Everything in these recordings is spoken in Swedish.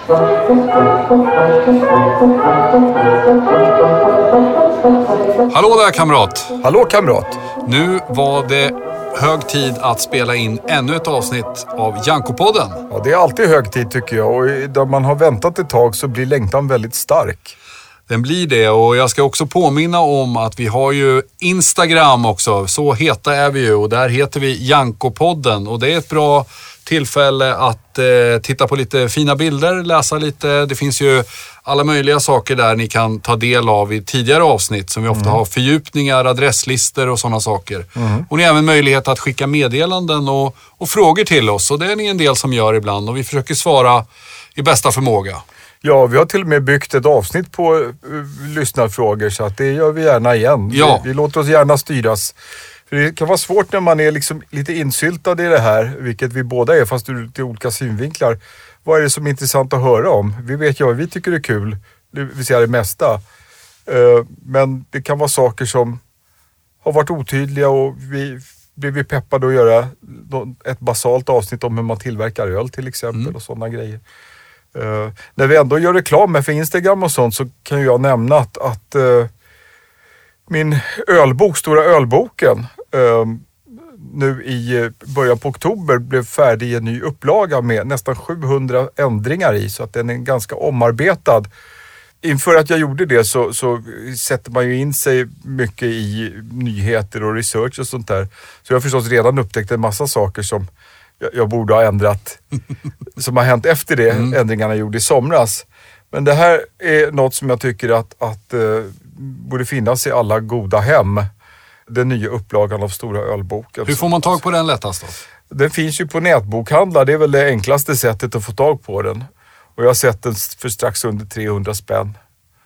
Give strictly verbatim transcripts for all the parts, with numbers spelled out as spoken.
Hallå där kamrat. Hallå kamrat. Nu var det hög tid att spela in ännu ett avsnitt av Janko-podden. Ja, det är alltid hög tid tycker jag. Och där man har väntat ett tag så blir längtan väldigt stark. Den blir det, och jag ska också påminna om att vi har ju Instagram också. Så heta är vi ju, och där heter vi Janko-podden. Och det är ett bra tillfälle att eh, titta på lite fina bilder, läsa lite. Det finns ju alla möjliga saker där ni kan ta del av i tidigare avsnitt som vi ofta mm. har fördjupningar, adresslister och sådana saker. Mm. Och ni har även möjlighet att skicka meddelanden och, och frågor till oss, och det är ni en del som gör ibland, och vi försöker svara i bästa förmåga. Ja, vi har till och med byggt ett avsnitt på uh, lyssnarfrågor, så att det gör vi gärna igen. Ja. Vi, vi låter oss gärna styras. För det kan vara svårt när man är liksom lite insyltad i det här, vilket vi båda är, fast ur olika synvinklar. Vad är det som är intressant att höra om? Vi vet ju vad vi tycker är kul, det vill säga det mesta. Uh, men det kan vara saker som har varit otydliga, och vi blir vi peppade att göra ett basalt avsnitt om hur man tillverkar öl till exempel mm. och sådana grejer. Uh, när vi ändå gör reklam med för Instagram och sånt, så kan jag nämna att, att uh, min ölbok, Stora ölboken, uh, nu i början på oktober blev färdig i en ny upplaga med nästan sjuhundra ändringar i, så att den är ganska omarbetad. Inför att jag gjorde det så, så sätter man ju in sig mycket i nyheter och research och sånt där. Så jag har förstås redan upptäckt en massa saker som jag, jag borde ha ändrat, som har hänt efter det mm. ändringarna jag gjorde i somras. Men det här är något som jag tycker att, att uh, borde finnas i alla goda hem. Den nya upplagan av Stora ölboken. Hur får man tag på den lättast då? Den finns ju på nätbokhandlar. Det är väl det enklaste sättet att få tag på den. Och jag har sett den för strax under trehundra spänn.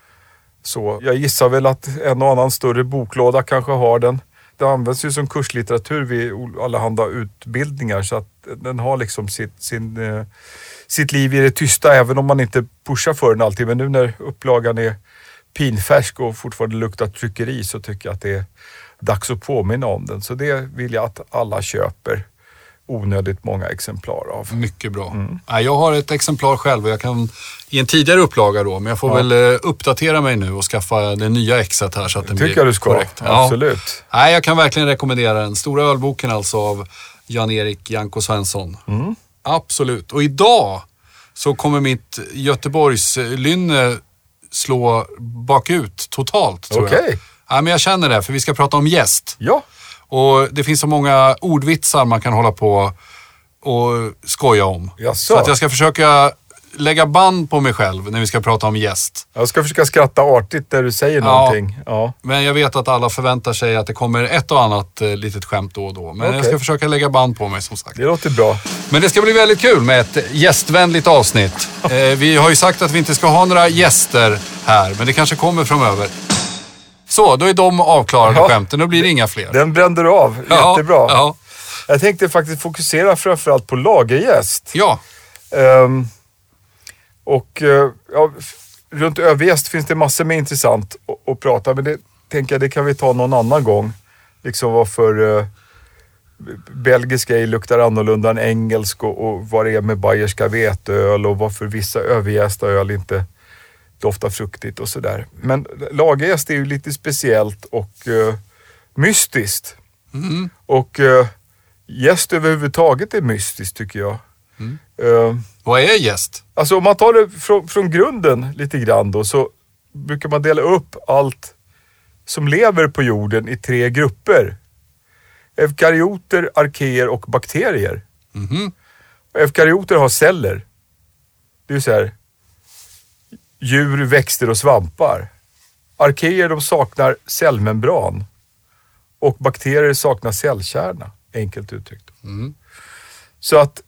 Så jag gissar väl att en och annan större boklåda kanske har den. Det används ju som kurslitteratur vid allehanda utbildningar. Så att den har liksom sitt, sin, eh, sitt liv i det tysta, även om man inte pushar för den alltid. Men nu när upplagan är pinfärsk och fortfarande luktar tryckeri, så tycker jag att det är dags att påminna om den. Så det vill jag att alla köper onödigt många exemplar av. Mycket bra. Mm. Jag har ett exemplar själv, och jag kan i en tidigare upplaga då, men jag får ja. väl uppdatera mig nu och skaffa det nya exet här så att den tycker blir jag du ska. Korrekt. Absolut. Ja. Nej, jag kan verkligen rekommendera den. Stora ölboken alltså av Jan-Erik Janko Svensson. Mm. Absolut. Och idag så kommer mitt Göteborgs lynne slå bakut totalt, tror okay. jag. Ja, men jag känner det, för vi ska prata om gäst. Ja. Och det finns så många ordvitsar man kan hålla på och skoja om. Jaså. Så att jag ska försöka lägga band på mig själv när vi ska prata om gäst. Jag ska försöka skratta artigt när du säger ja, någonting. Ja. Men jag vet att alla förväntar sig att det kommer ett och annat eh, litet skämt då och då. Men okay. jag ska försöka lägga band på mig, som sagt. Det låter bra. Men det ska bli väldigt kul med ett gästvänligt avsnitt. eh, vi har ju sagt att vi inte ska ha några gäster här, men det kanske kommer framöver. Så, då är de avklarade, ja, skämten. Då blir det inga fler. Den brände du av. Ja, jättebra. Ja. Jag tänkte faktiskt fokusera framförallt på lagergäst. Ja. Um, och uh, ja, runt övergäst finns det massor med intressant att, att prata. Men det tänker jag, det kan vi ta någon annan gång. Liksom varför uh, belgisk ale luktar annorlunda än engelsk. Och, och vad det är med bayerska veteöl. Och varför vissa övergästa öl inte doftar fruktigt och sådär. Men lagerjäst är ju lite speciellt och uh, mystiskt. Mm. Och uh, jäst överhuvudtaget är mystiskt, tycker jag. Mm. Uh, Vad är jäst? Alltså om man tar det från, från grunden lite grann då, så brukar man dela upp allt som lever på jorden i tre grupper. Eukaryoter, arkeer och bakterier. Mm. Eukaryoter har celler. Det är så här: djur, växter och svampar. Arkeer, de saknar cellmembran. Och bakterier saknar cellkärna, enkelt uttryckt. Mm. Så att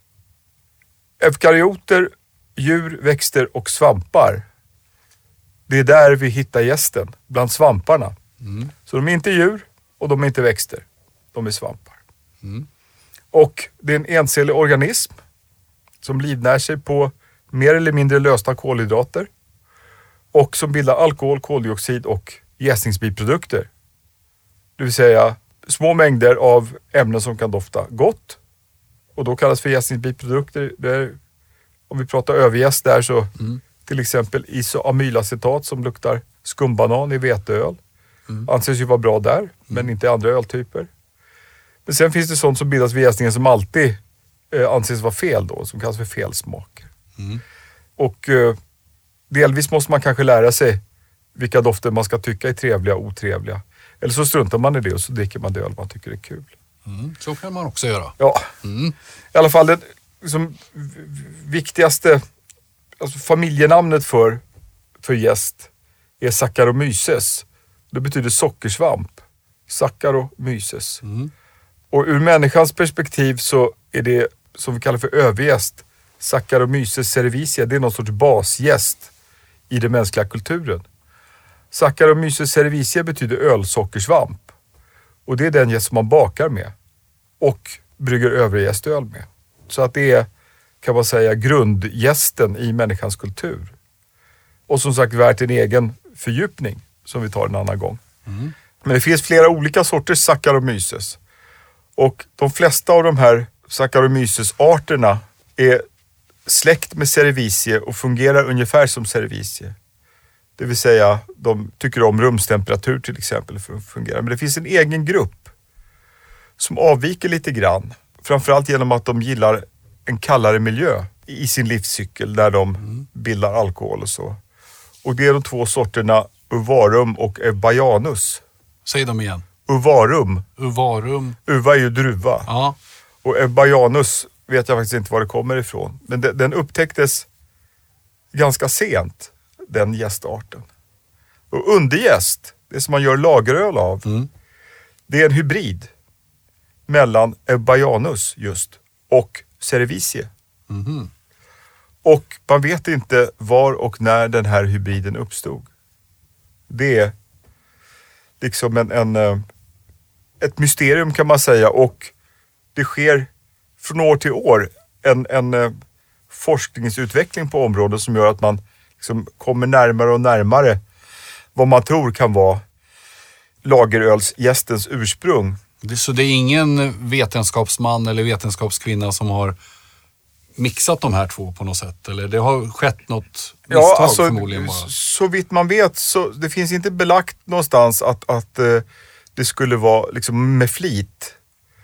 eukaryoter, djur, växter och svampar, det är där vi hittar jästen, bland svamparna. Mm. Så de är inte djur och de är inte växter. De är svampar. Mm. Och det är en encellig organism som livnär sig på mer eller mindre lösta kolhydrater. Och som bildar alkohol, koldioxid och jäsningsbiprodukter. Det vill säga små mängder av ämnen som kan dofta gott. Och då kallas för jäsningsbiprodukter. Det är Om vi pratar överjäst där så Mm. till exempel isoamylacetat som luktar skumbanan i veteöl. Mm. Anses ju vara bra där, mm. men inte i andra öltyper. Men sen finns det sånt som bildas vid jäsningen som alltid eh, anses vara fel då, som kallas för felsmak. Mm. Och eh, delvis måste man kanske lära sig vilka dofter man ska tycka är trevliga och otrevliga. Eller så struntar man i det och så dricker man det öl man tycker är kul. Mm. Så kan man också göra. Ja, Mm. i alla fall det liksom, viktigaste, alltså familjenamnet för, för jäst är Saccharomyces. Det betyder sockersvamp. Saccharomyces. Mm. Och ur människans perspektiv så är det som vi kallar för överjäst. Saccharomyces cerevisia, det är någon sorts basjäst i den mänskliga kulturen. Saccharomyces cerevisia betyder ölsockersvamp. Och det är den jäst som man bakar med. Och brygger överjästöl med. Så att det är, kan man säga, grundjästen i människans kultur. Och som sagt värt en egen fördjupning som vi tar en annan gång. Mm. Men det finns flera olika sorters Saccharomyces. Och de flesta av de här Saccharomyces-arterna är släkt med cerevisiae och fungerar ungefär som cerevisiae. Det vill säga, de tycker om rumstemperatur till exempel för att fungera. Men det finns en egen grupp som avviker lite grann. Framförallt genom att de gillar en kallare miljö i sin livscykel där de mm. bildar alkohol och så. Och det är de två sorterna Uvarum och Eubayanus. Säg dem igen. Uvarum. Uvarum. Uva är ju druva. Ja. Och Eubayanus vet jag faktiskt inte var det kommer ifrån. Men de, den upptäcktes ganska sent, den jästarten. Och underjäst, det som man gör lageröl av, Mm. det är en hybrid mellan Eubayanus just och cerevisiae. Mm. Och man vet inte var och när den här hybriden uppstod. Det är liksom en, en, ett mysterium kan man säga, och det sker från år till år en, en forskningsutveckling på området som gör att man liksom kommer närmare och närmare vad man tror kan vara lagerölsjästens ursprung. Det, så det är ingen vetenskapsman eller vetenskapskvinna som har mixat de här två på något sätt? Eller det har skett något misstag ja, alltså, förmodligen bara? Så vitt man vet så det finns inte belagt någonstans att, att eh, det skulle vara liksom med flit.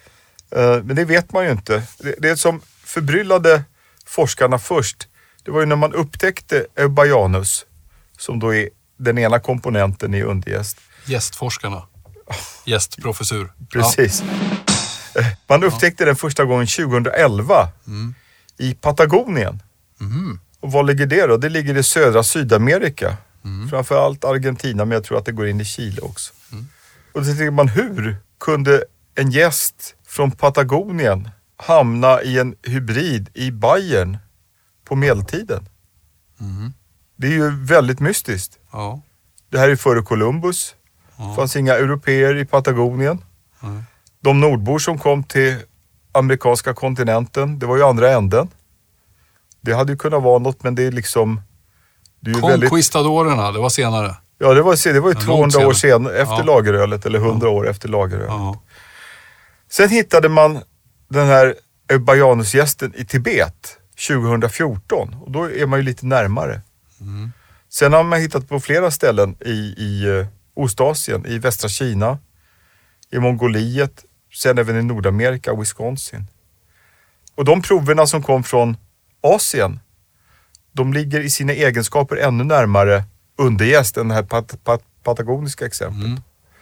Eh, men det vet man ju inte. Det, det som förbryllade forskarna först, det var ju när man upptäckte Eubayanus, som då är den ena komponenten i underjäst. Gästforskarna. Gästprofessur. Precis. Ja. Man upptäckte den första gången tjugohundraelva Mm. i Patagonien. Mm. Och var ligger det då? Det ligger i södra Sydamerika. Mm. Framförallt Argentina, men jag tror att det går in i Chile också. Mm. Och då tänker man, hur kunde en gäst från Patagonien hamna i en hybrid i Bayern på medeltiden? Mm. Det är ju väldigt mystiskt. Ja. Det här är före Columbus. Ja. Det fanns inga europeer i Patagonien. Mm. De nordbor som kom till amerikanska kontinenten, det var ju andra änden. Det hade ju kunnat vara något, men det är liksom... Det är ju väldigt, Conquistadorerna, det var senare. ja, det var, det var ju Ja, tvåhundra år senare, efter Ja. lagerölet, eller hundra år efter lagerölet. Ja. Sen hittade man den här Eubayanusjästen i Tibet tjugohundrafjorton, och då är man ju lite närmare. Mm. Sen har man hittat på flera ställen i, i uh, Ostasien, i västra Kina, i Mongoliet, sen även i Nordamerika, Wisconsin. Och de proverna som kom från Asien, de ligger i sina egenskaper ännu närmare underjäst än det här pat- pat- patagoniska exemplet. Mm.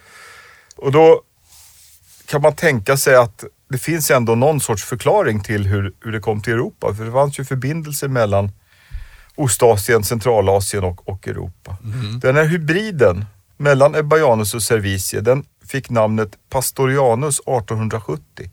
Och då kan man tänka sig att det finns ändå någon sorts förklaring till hur, hur det kom till Europa. För det fanns ju förbindelser mellan Ostasien, Centralasien och, och Europa. Mm. Den här hybriden mellan Eubayanus och cerevisiae, den fick namnet Pastorianus artonhundrasjuttio.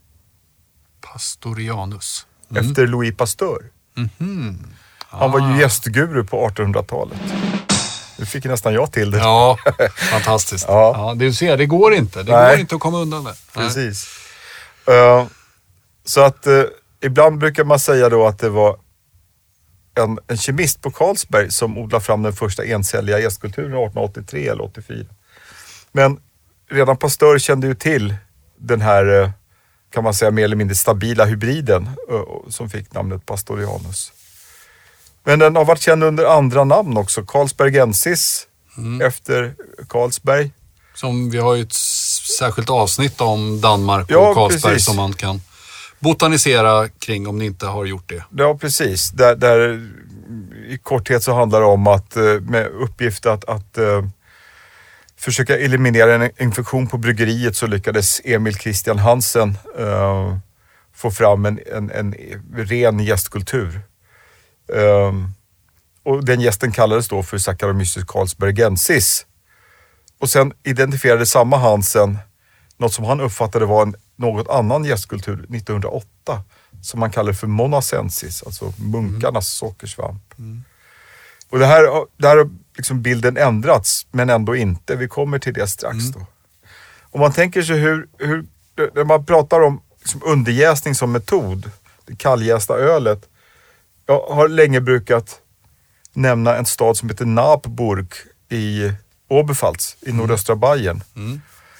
Pastorianus. Mm. Efter Louis Pasteur. Mhm. Han var ju Ah. gästguru på artonhundratalet. Nu fick nästan jag till det. Ja, fantastiskt. Ja. Ja, du ser, det går inte. Det Nej. går inte att komma undan det. Nej. Precis. Uh, så att uh, ibland brukar man säga då att det var en, en kemist på Carlsberg som odlade fram den första encelliga jästkulturen arton åttiotre eller åttiofyra. Men redan Pasteur kände ju till den här, uh, kan man säga, mer eller mindre stabila hybriden uh, som fick namnet Pastorianus. Men den har varit känd under andra namn också. Carlsbergensis mm. efter Carlsberg. Som vi har ju ett särskilt avsnitt om Danmark och ja, Carlsberg precis. Som man kan botanisera kring om ni inte har gjort det. Ja, precis. Där, där i korthet så handlar det om att med uppgift att, att uh, försöka eliminera en infektion på bryggeriet så lyckades Emil Christian Hansen uh, få fram en, en, en ren jästkultur. Um, och den jästen kallades då för Saccharomyces carlsbergensis. Och sen identifierade samma Hansen något som han uppfattade var en något annan jästkultur nittonhundraåtta som man kallar för monacensis, alltså munkarnas mm. sockersvamp. Mm. Och det här, där har liksom bilden ändrats, men ändå inte. Vi kommer till det strax mm. då. Om man tänker sig hur, hur när man pratar om liksom underjäsning som metod, det kalljästa ölet. Jag har länge brukat nämna en stad som heter Naabburg i Oberpfalz i nordöstra mm. Bayern. Mm.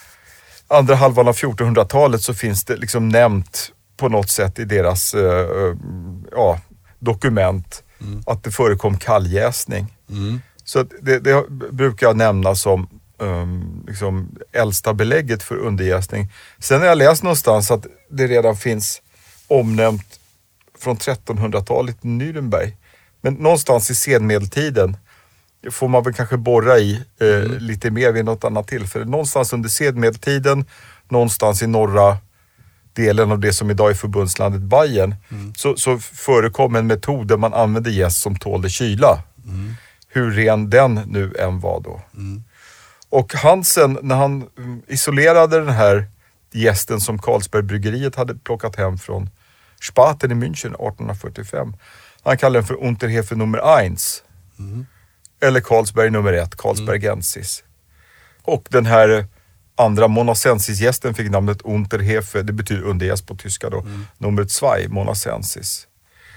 Andra halvan av fjortonhundratalet så finns det liksom nämnt på något sätt i deras uh, ja, dokument mm. att det förekom kalljäsning. Mm. Så att det, det brukar jag nämna som um, liksom äldsta belägget för underjäsning. Sen har jag läst någonstans att det redan finns omnämnt från trettonhundratalet i Nürnberg. Men någonstans i senmedeltiden får man väl kanske borra i eh, mm. lite mer vid något annat tillfälle. Någonstans under senmedeltiden, någonstans i norra delen av det som idag är förbundslandet Bayern, mm. så, så förekom en metod där man använde jäst som tålde kyla. Mm. Hur ren den nu än var då. Mm. Och Hansen, när han isolerade den här jästen som Carlsbergbryggeriet hade plockat hem från Spaten i München artonhundrafyrtiofem, han kallade den för Unterhefe nummer eins. Mm. Eller Carlsberg nummer ett, Carlsbergensis. Mm. Och den här andra monacensis-gästen fick namnet Unterhefe, det betyder underjäst på tyska då, mm. nummer två, monacensis.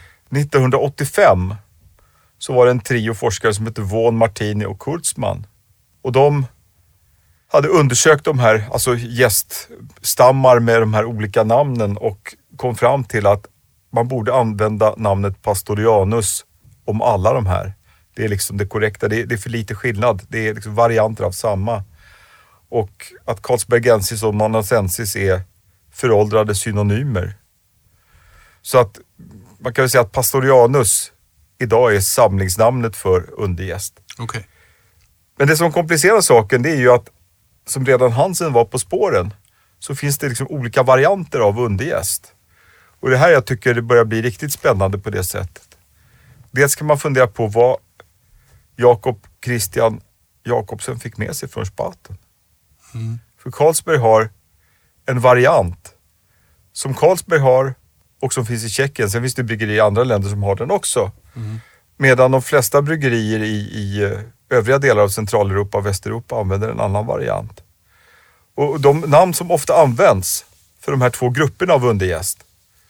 nittonhundraåttiofem så var det en trio forskare som hette Vaughan, Martini och Kurtzman. Och de hade undersökt de här, alltså gäststammar med de här olika namnen och kom fram till att man borde använda namnet Pastorianus om alla de här. Det är liksom det korrekta, det är, det är för lite skillnad. Det är liksom varianter av samma. Och att Carlsbergensis och monacensis är föråldrade synonymer. Så att man kan väl säga att Pastorianus idag är samlingsnamnet för underjäst. Okay. Men det som komplicerar saken, det är ju att som redan Hansen var på spåren så finns det liksom olika varianter av underjäst. Och det här jag tycker det börjar bli riktigt spännande på det sättet. Dels kan man fundera på vad Jakob Christian Jakobsen fick med sig från Spaten. Mm. För Carlsberg har en variant som Carlsberg har och som finns i Tjeckien. Sen finns det bryggerier i andra länder som har den också. Mm. Medan de flesta bryggerier i, i övriga delar av Centraleuropa och Västeuropa använder en annan variant. Och de namn som ofta används för de här två grupperna av underjäst,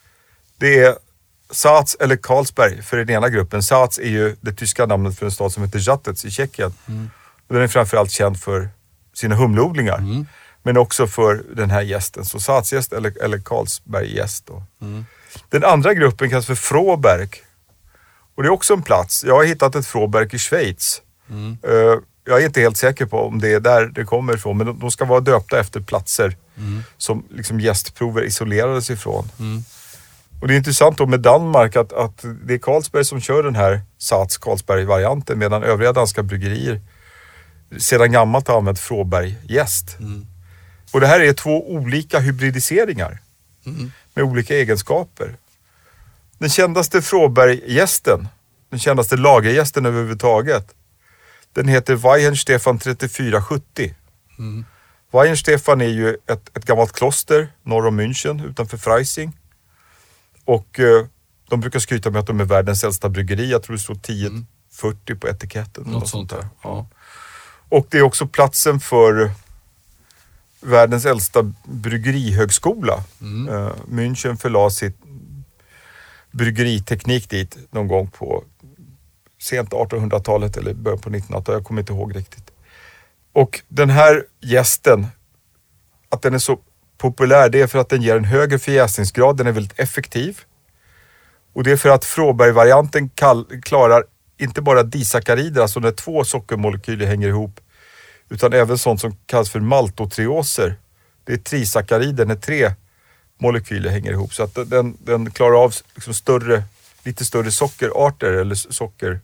det är Saaz eller Carlsberg för den ena gruppen. Saaz är ju det tyska namnet för en stad som heter Žatec i Tjeckien. Mm. Och den är framförallt känd för sina humleodlingar. Mm. Men också för den här gästen. Så Saaz-gäst eller, eller Carlsberg-gäst då. Mm. Den andra gruppen kallas för Froberg. Och det är också en plats. Jag har hittat ett Froberg i Schweiz. Mm. Uh, jag är inte helt säker på om det är där det kommer ifrån. Men de, de ska vara döpta efter platser mm. som liksom gästprover isolerades ifrån. Mm. Och det är intressant då med Danmark att, att det är Carlsberg som kör den här Saaz-Carlsberg-varianten medan övriga danska bryggerier sedan gammalt har använt Froberg-jäst. Mm. Och det här är två olika hybridiseringar mm. med olika egenskaper. Den kändaste Froberg-jästen, den kändaste lagerjästen överhuvudtaget, den heter Weihenstephan trettiofyra sjuttio. Mm. Weihenstephan är ju ett, ett gammalt kloster norr om München utanför Freising. Och eh, de brukar skryta med att de är världens äldsta bryggeri. Jag tror det står tio fyrtio på etiketten. Något, något sånt där. Ja. Och det är också platsen för världens äldsta bryggerihögskola. Mm. Uh, München förlade sitt bryggeriteknik dit någon gång på sent artonhundratalet eller början på nittonhundratalet. Jag kommer inte ihåg riktigt. Och den här jästen, att den är så populär, det är för att den ger en högre förjäsningsgrad. Den är väldigt effektiv. Och det är för att Fråberg-varianten kall- klarar inte bara disackarider, alltså när två sockermolekyler hänger ihop, utan även sånt som kallas för maltotrioser. Det är trisackarider när tre molekyler hänger ihop. Så att den, den klarar av liksom större, lite större sockerarter eller socker.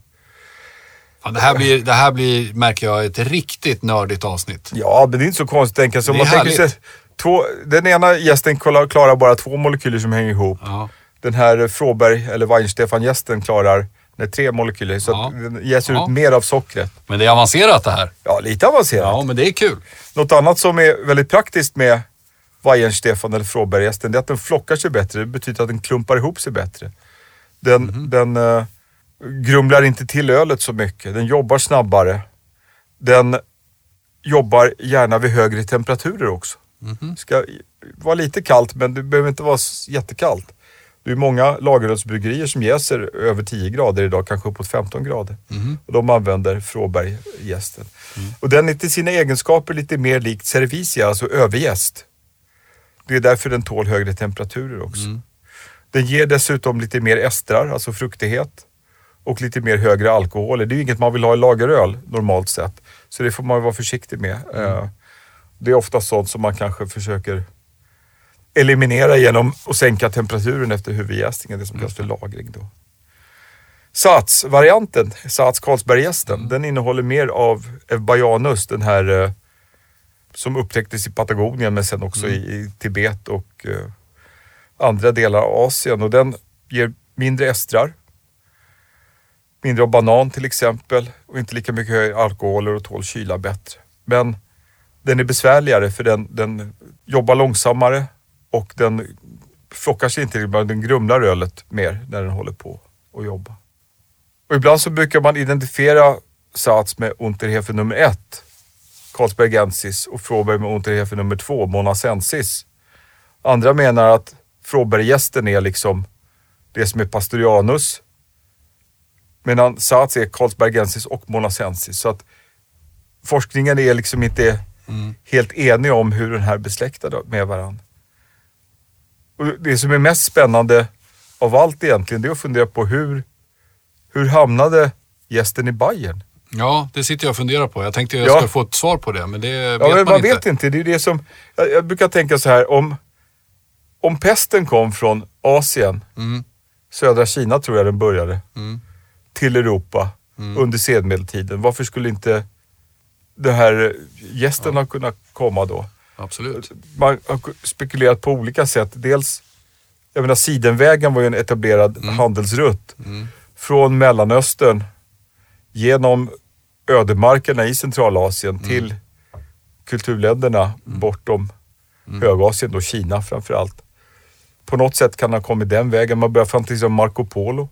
Ja, det, här blir, det här blir, märker jag, ett riktigt nördigt avsnitt. Ja, men det är inte så konstigt att tänka sig. Om man härligt. tänker sig två, den ena gästen klarar bara två molekyler som hänger ihop. Ja. Den här Fråberg eller Weihenstephan-gästen klarar när tre molekyler. Så Ja. att den ges ut Ja. mer av sockret. Men det är avancerat det här. Ja, lite avancerat. Ja, men det är kul. Något annat som är väldigt praktiskt med Weihenstephan eller Fråberg-gästen, det är att den flockar sig bättre. Det betyder att den klumpar ihop sig bättre. Den, Mm-hmm. den uh, grumlar inte till ölet så mycket. Den jobbar snabbare. Den jobbar gärna vid högre temperaturer också. Mm-hmm. Det ska vara lite kallt, men det behöver inte vara jättekallt. Det är många lagerölsbryggerier som jäser över tio grader idag, kanske uppåt femton grader. Mm-hmm. Och de använder Fråberg-jästen. Mm. Och den är till sina egenskaper lite mer likt cerevisia, alltså överjäst. Det är därför den tål högre temperaturer också. Mm. Den ger dessutom lite mer estrar, alltså fruktighet. Och lite mer högre alkohol. Det är ju inget man vill ha i lageröl normalt sett. Så det får man vara försiktig med. Mm. Det är ofta sånt som man kanske försöker eliminera genom att sänka temperaturen efter huvudjäsningen. Det som kallas för lagring då. Saaz-varianten, Saaz-Carlsberg-jästen, mm. den innehåller mer av Eubayanus, den här som upptäcktes i Patagonien men sen också mm. i, i Tibet och uh, andra delar av Asien. Och den ger mindre estrar. Mindre av banan till exempel. Och inte lika mycket högre alkoholer och tål kyla bättre. Men den är besvärligare för den, den jobbar långsammare. Och den flockar sig inte, den grumlar ölet mer när den håller på att jobba. Och ibland så brukar man identifiera Saaz med Unterhefe nummer ett. Carlsbergensis och Fråberg med Unterhefe nummer två, Monacensis. Andra menar att Fråberg-jästen är liksom det som är Pastorianus. Medan Saaz är Carlsbergensis och Monacensis. Så att forskningen är liksom inte mm. helt enig om hur den här besläktade med varandra. Och det som är mest spännande av allt egentligen, det är att fundera på hur, hur hamnade jästen i Bayern? Ja, det sitter jag och funderar på. Jag tänkte att jag ja. skulle få ett svar på det, men det vet ja, men man, man inte. vet inte. Det är det som, jag, jag brukar tänka så här, om, om pesten kom från Asien, mm. södra Kina tror jag den började, mm. till Europa mm. under senmedeltiden. Varför skulle inte det här gästen ja. ha kunnat komma då? Absolut. Man har spekulerat på olika sätt. Dels, jag menar, Sidenvägen var ju en etablerad mm. handelsrutt mm. från Mellanöstern genom ödemarkerna i Centralasien mm. till kulturländerna mm. bortom mm. Högasien, då Kina framförallt. På något sätt kan ha kommit den vägen. Man börjar fantisera om Marco Polo.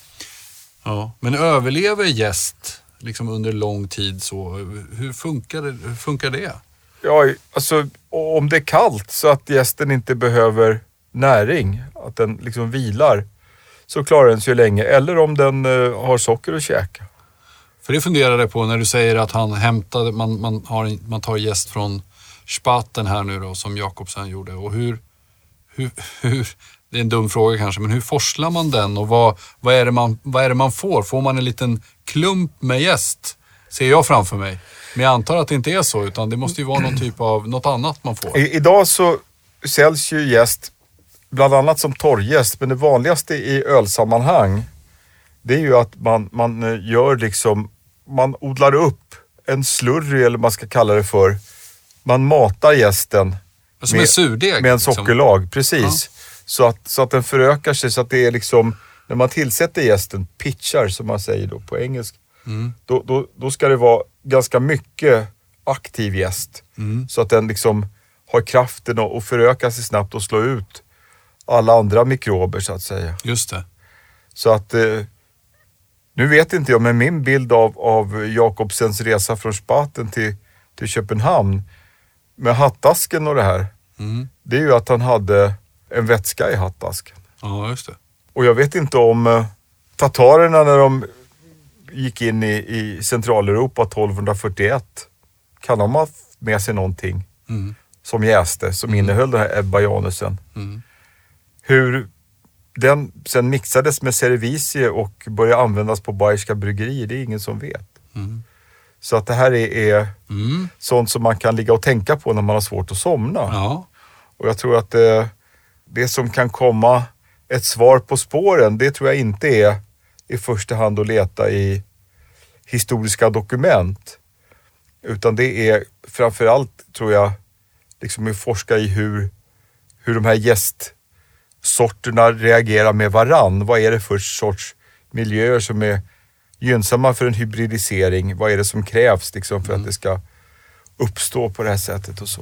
Ja, men överlever gäst liksom under lång tid så? Hur funkar det? Hur funkar det? Ja, alltså om det är kallt så att gästen inte behöver näring, att den liksom vilar, så klarar den sig länge. Eller om den uh, har socker att käka. För det funderade jag på när du säger att han hämtade, man, man, har, man tar gäst från Spaten här nu då, som Jakobsen gjorde. Och hur, hur, hur, det är en dum fråga kanske, men hur forslar man den och vad, vad, är det man, vad är det man får? Får man en liten klump med gäst? Ser jag framför mig. Men jag antar att det inte är så, utan det måste ju vara någon typ av, något annat man får. I, idag så säljs ju jäst bland annat som torrjäst, men det vanligaste i ölsammanhang, det är ju att man, man gör liksom, man odlar upp en slurry, eller man ska kalla det för, man matar jästen som med, en surdeg, med en liksom. sockerlag, precis. Ja. Så, att, så att den förökar sig, så att det är liksom, när man tillsätter jästen, pitchar som man säger då på engelska, mm. då, då, då ska det vara ganska mycket aktiv jäst. Mm. Så att den liksom har kraften att föröka sig snabbt och slå ut alla andra mikrober så att säga. Just det. Så att, eh, nu vet inte jag, men min bild av, av Jakobsens resa från Spaten till, till Köpenhamn med hattasken och det här, mm. det är ju att han hade en vätska i hattasken. Ja, just det. Och jag vet inte om eh, tatarerna när de gick in i, i Centraleuropa tolvhundrafyrtioett, kan de ha med sig någonting mm. som jäste, som mm. innehöll den här Eubayanusen. Mm. Hur den sen mixades med cerevisier och började användas på bayerska bryggerier, det är ingen som vet. Mm. Så att det här är, är mm. sånt som man kan ligga och tänka på när man har svårt att somna. Ja. Och jag tror att det, det som kan komma ett svar på spåren, det tror jag inte är i första hand att leta i historiska dokument. Utan det är framförallt, tror jag, liksom att forska i hur, hur de här gästsorterna reagerar med varann. Vad är det för sorts miljöer som är gynnsamma för en hybridisering? Vad är det som krävs liksom för mm. att det ska uppstå på det här sättet och så?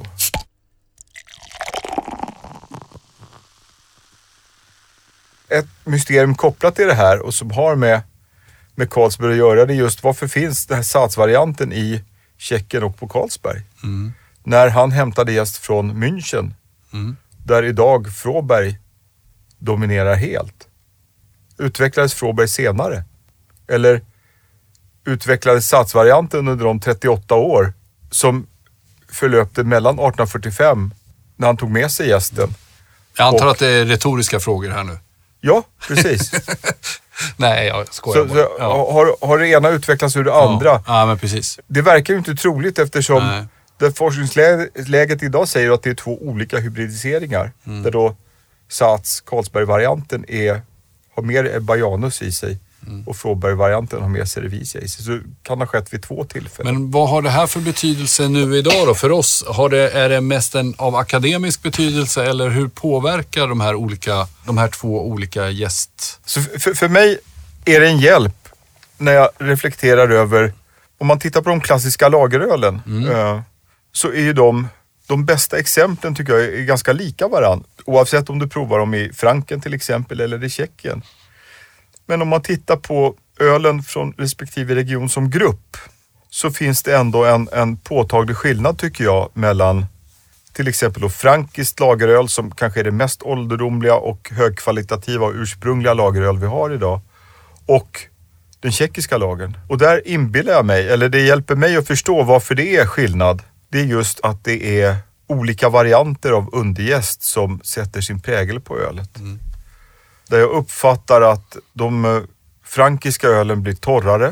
Ett mysterium kopplat till det här och som har med, med Carlsberg att göra, det är just varför finns den här satsvarianten i Tjeckien och på Carlsberg. Mm. När han hämtade gäst från München, mm. där idag Froberg dominerar helt. Utvecklades Froberg senare? Eller utvecklades satsvarianten under de trettioåtta år som förlöpte mellan arton fyrtiofem när han tog med sig gästen? Jag antar och, att det är retoriska frågor här nu. Ja, precis. Nej, jag skojar så, bara. så Ja. har, har det ena utvecklats ur det Ja. andra? Ja, men precis. Det verkar ju inte troligt eftersom Nej. det forskningsläget idag säger att det är två olika hybridiseringar. Mm. Där då Sats, Carlsberg-varianten är, har mer Bajanus i sig mm. och Froberg-varianten har mer cerevisia i sig. Så det kan ha skett vid två tillfällen. Men vad har det här för betydelse nu idag då för oss? Har det, är det mest en av akademisk betydelse eller hur påverkar de här, olika, de här två olika gäst... Så för, för mig är det en hjälp när jag reflekterar över, om man tittar på de klassiska lagerölen mm. eh, så är ju de, de bästa exemplen tycker jag är ganska lika varann. Oavsett om du provar dem i Franken till exempel eller i Tjeckien. Men om man tittar på ölen från respektive region som grupp så finns det ändå en, en påtaglig skillnad tycker jag mellan till exempel då frankiskt lageröl som kanske är det mest ålderdomliga och högkvalitativa och ursprungliga lageröl vi har idag och den tjeckiska lagern. Och där inbillar jag mig, eller det hjälper mig att förstå varför det är skillnad. Det är just att det är olika varianter av underjäst som sätter sin prägel på ölet. Mm. Där jag uppfattar att de frankiska ölen blir torrare.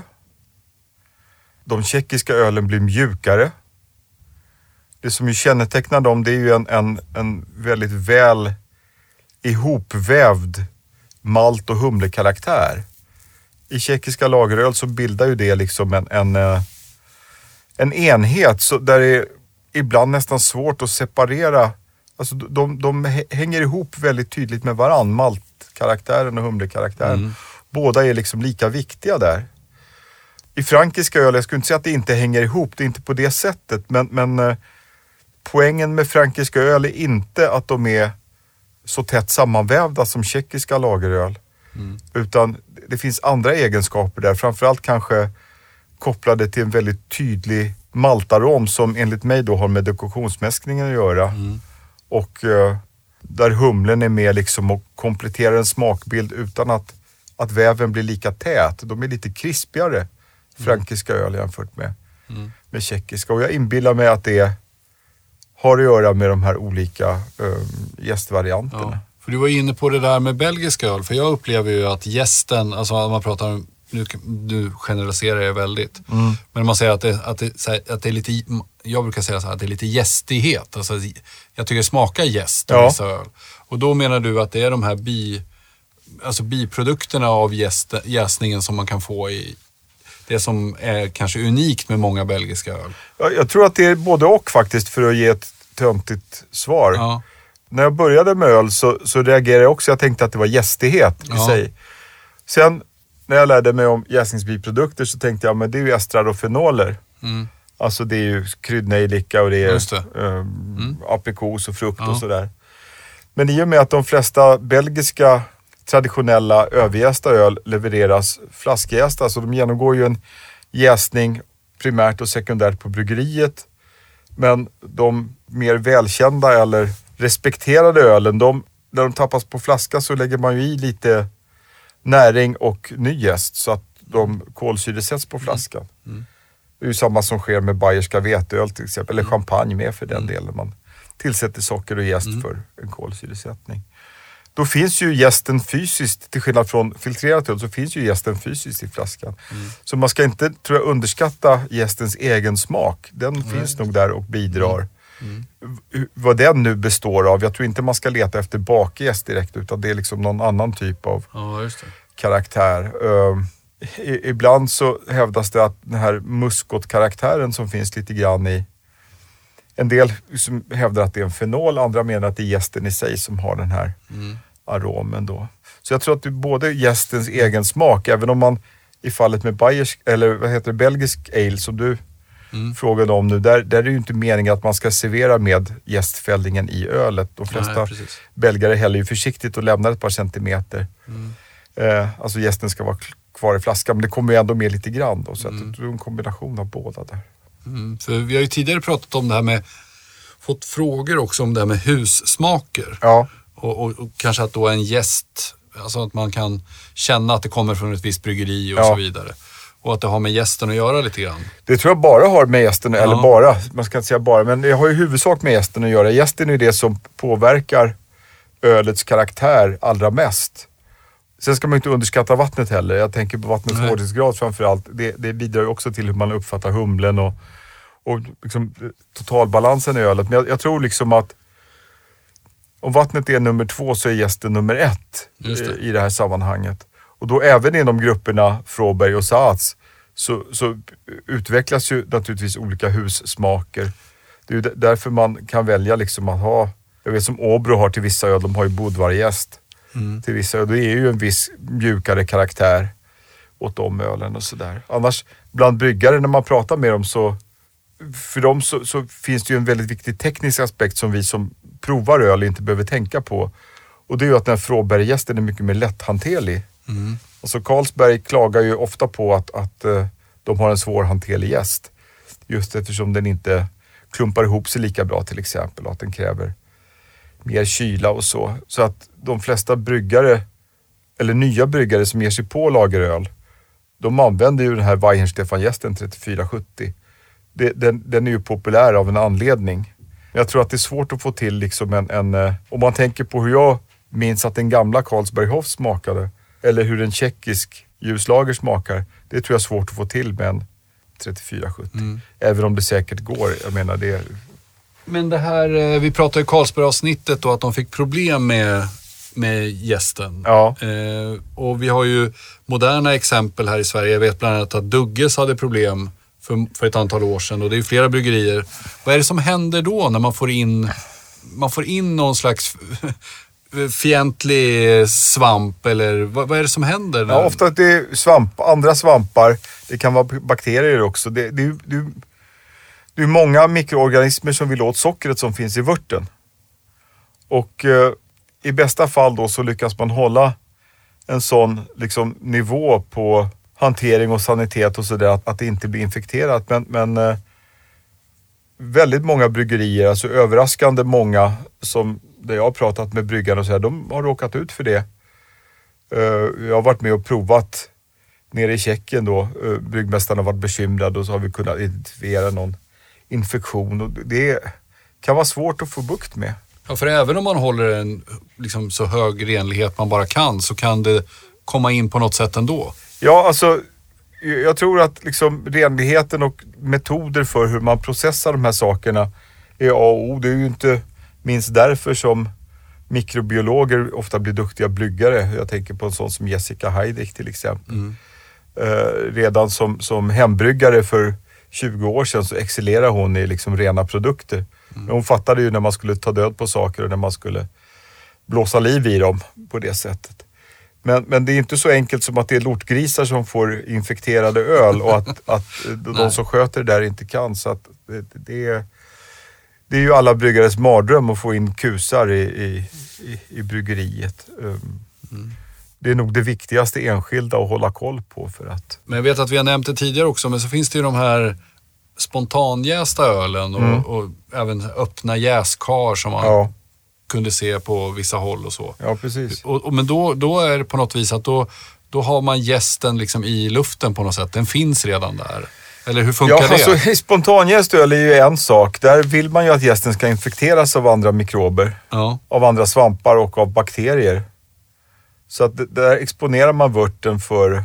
De tjeckiska ölen blir mjukare. Det som ju kännetecknar dem, det är ju en, en, en väldigt väl ihopvävd malt- och humlekaraktär. I tjeckiska lageröl så bildar ju det liksom en, en, en enhet så där det är ibland nästan svårt att separera. Alltså de, de hänger ihop väldigt tydligt med varann, maltkaraktären och humlekaraktären. Mm. Båda är liksom lika viktiga där. I frankiska öl, jag skulle inte säga att det inte hänger ihop, det är inte på det sättet. Men, men poängen med frankiska öl är inte att de är så tätt sammanvävda som tjeckiska lageröl. Mm. Utan det finns andra egenskaper där, framförallt kanske kopplade till en väldigt tydlig maltarom som enligt mig då har med dekoktionsmäskningen att göra. Mm. Och uh, där humlen är med liksom och kompletterar en smakbild utan att, att väven blir lika tät. De är lite krispigare, frankiska öl jämfört med, mm. med tjeckiska. Och jag inbillar mig att det har att göra med de här olika um, jästvarianterna. Ja. För du var inne på det där med belgiska öl. För jag upplever ju att gästen, alltså när man pratar om, nu, nu generaliserar jag väldigt. Mm. Men man säger att det, att, det, att det är lite, jag brukar säga så här, att det är lite gästighet. Alltså, jag tycker det smakar gäst av ja. vissa öl. Och då menar du att det är de här bi, alltså biprodukterna av gäst, jäsningen som man kan få i det som är kanske unikt med många belgiska öl. Jag, jag tror att det är både och faktiskt för att ge ett töntigt svar. Ja. När jag började med öl så, så reagerade jag också. Jag tänkte att det var jästighet i ja. sig. Sen när jag lärde mig om jäsningsbiprodukter så tänkte jag men det är ju estrar och fenoler. Mm. Alltså det är ju kryddnejlika och det är det. Um, mm. aprikos och frukt ja. och sådär. Men i och med att de flesta belgiska traditionella överjästa öl levereras flaskjästa. Så de genomgår ju en jäsning primärt och sekundärt på bryggeriet. Men de mer välkända eller respekterade ölen, de, när de tappas på flaska så lägger man ju i lite näring och ny jäst så att de kolsyresätts på flaskan. Mm. Mm. Det är ju samma som sker med bayerska veteöl till exempel, eller champagne med för den mm. delen. Man tillsätter socker och jäst mm. för en kolsyresättning. då finns ju jästen fysiskt, till skillnad från filtrerat öl så finns ju jästen fysiskt i flaskan. Mm. Så man ska inte, tror jag, underskatta jästens egen smak. Den mm. finns nog där och bidrar. Mm. Mm. Vad den nu består av, jag tror inte man ska leta efter bakjäst direkt, utan det är liksom någon annan typ av ja, just det. karaktär. Uh, i, ibland så hävdas det att den här muskotkaraktären som finns lite grann i, en del som hävdar att det är en fenol, andra menar att det är jästen i sig som har den här mm. aromen då. Så jag tror att det är både jästens egen smak, även om man i fallet med bayersk, eller vad heter det, belgisk ale som du mm. frågade om nu, där, där är det ju inte meningen att man ska servera med jästfällningen i ölet. De flesta Nej, belgare häller ju försiktigt och lämnar ett par centimeter. Mm. Eh, alltså jästen ska vara kvar i flaskan, men det kommer ju ändå med lite grann då, så mm. att det är en kombination av båda där. Mm, för vi har ju tidigare pratat om det här med, fått frågor också om det här med hussmaker. Ja. Och, och, och kanske att då en jäst, alltså att man kan känna att det kommer från ett visst bryggeri och ja. så vidare. Och att det har med jästen att göra lite grann. Det tror jag bara har med jästen, ja. eller bara, man ska inte säga bara, men det har ju huvudsak med jästen att göra. Jästen är ju det som påverkar ölets karaktär allra mest. Sen ska man inte underskatta vattnet heller. Jag tänker på vattnets hårdhetsgrad framförallt. Det, det bidrar ju också till hur man uppfattar humlen och, och liksom totalbalansen i ölet. Men jag, jag tror liksom att om vattnet är nummer två så är jästen nummer ett det. I, i det här sammanhanget. Och då även inom grupperna Froberg och Saaz så, så utvecklas ju naturligtvis olika hussmaker. Det är ju därför man kan välja liksom att ha, jag vet som Åbro har till vissa öl, de har ju bodvarjäst. Mm. Till vissa, och det är ju en viss mjukare karaktär åt de ölen och sådär. Annars bland bryggare när man pratar med dem så för dem så, så finns det ju en väldigt viktig teknisk aspekt som vi som provar öl inte behöver tänka på. Och det är ju att den här Froberg-jästen är mycket mer lätthanterlig. Mm. Alltså Carlsberg klagar ju ofta på att, att uh, de har en svårhanterlig jäst. Just eftersom den inte klumpar ihop sig lika bra till exempel och att den kräver mer kyla och så. Så att de flesta bryggare, eller nya bryggare som ger sig på lageröl, de använder ju den här Weihenstephan-jästen trettiofyra sjuttio. Det, den, den är ju populär av en anledning. Jag tror att det är svårt att få till liksom en, en... Om man tänker på hur jag minns att den gamla Carlsberghoff smakade, eller hur en tjeckisk ljuslager smakar, det tror jag är svårt att få till med en trettiofyra sjuttio. Mm. Även om det säkert går. Jag menar det... Men det här, vi pratade i Carlsberg-avsnittet då att de fick problem med, med jästen. Ja. Eh, och vi har ju moderna exempel här i Sverige. Jag vet bland annat att Dugges hade problem för, för ett antal år sedan och det är flera bryggerier. Vad är det som händer då när man får in, man får in någon slags fientlig svamp eller vad, vad är det som händer? När... Ja, ofta att det är svamp, andra svampar. Det kan vara bakterier också. Det, det, det, det är många mikroorganismer som vill åt sockret som finns i vörten. Och eh, i bästa fall då så lyckas man hålla en sån liksom, nivå på hantering och sanitet och sådär att, att det inte blir infekterat. Men, men eh, väldigt många bryggerier, alltså överraskande många som där jag har pratat med bryggarna och så här, de har råkat ut för det. Uh, jag har varit med och provat nere i Tjeckien då. Uh, bryggmästarna har varit bekymrade och så har vi kunnat identifiera någon infektion. Och det kan vara svårt att få bukt med. Ja, för även om man håller en liksom, så hög renlighet man bara kan så kan det komma in på något sätt ändå. Ja, alltså jag tror att liksom, renligheten och metoder för hur man processar de här sakerna är A och O. Det är ju inte minst därför som mikrobiologer ofta blir duktiga bryggare. Jag tänker på en sån som Jessica Heidig till exempel. Mm. Uh, redan som, som hembryggare för tjugo år sedan så excellerar hon i liksom rena produkter. Mm. Men hon fattade ju när man skulle ta död på saker och när man skulle blåsa liv i dem på det sättet. Men, men det är inte så enkelt som att det är lortgrisar som får infekterade öl och att, att de som sköter det där inte kan. Så att det, det är... Det är ju alla bryggares mardröm att få in kusar i, i, i, i bryggeriet. Um, mm. Det är nog det viktigaste enskilda att hålla koll på för att... Men jag vet att vi har nämnt det tidigare också, men så finns det ju de här spontanjästa ölen och, mm. och även öppna jäskar som man ja. kunde se på vissa håll och så. Ja, precis. Och, och, men då, då är det på något vis att då, då har man jästen liksom i luften på något sätt. Den finns redan där. Eller hur funkar ja, det? Alltså, spontanjästöl är ju en sak. Där vill man ju att jästen ska infekteras av andra mikrober. Ja. Av andra svampar och av bakterier. Så att d- där exponerar man vörten för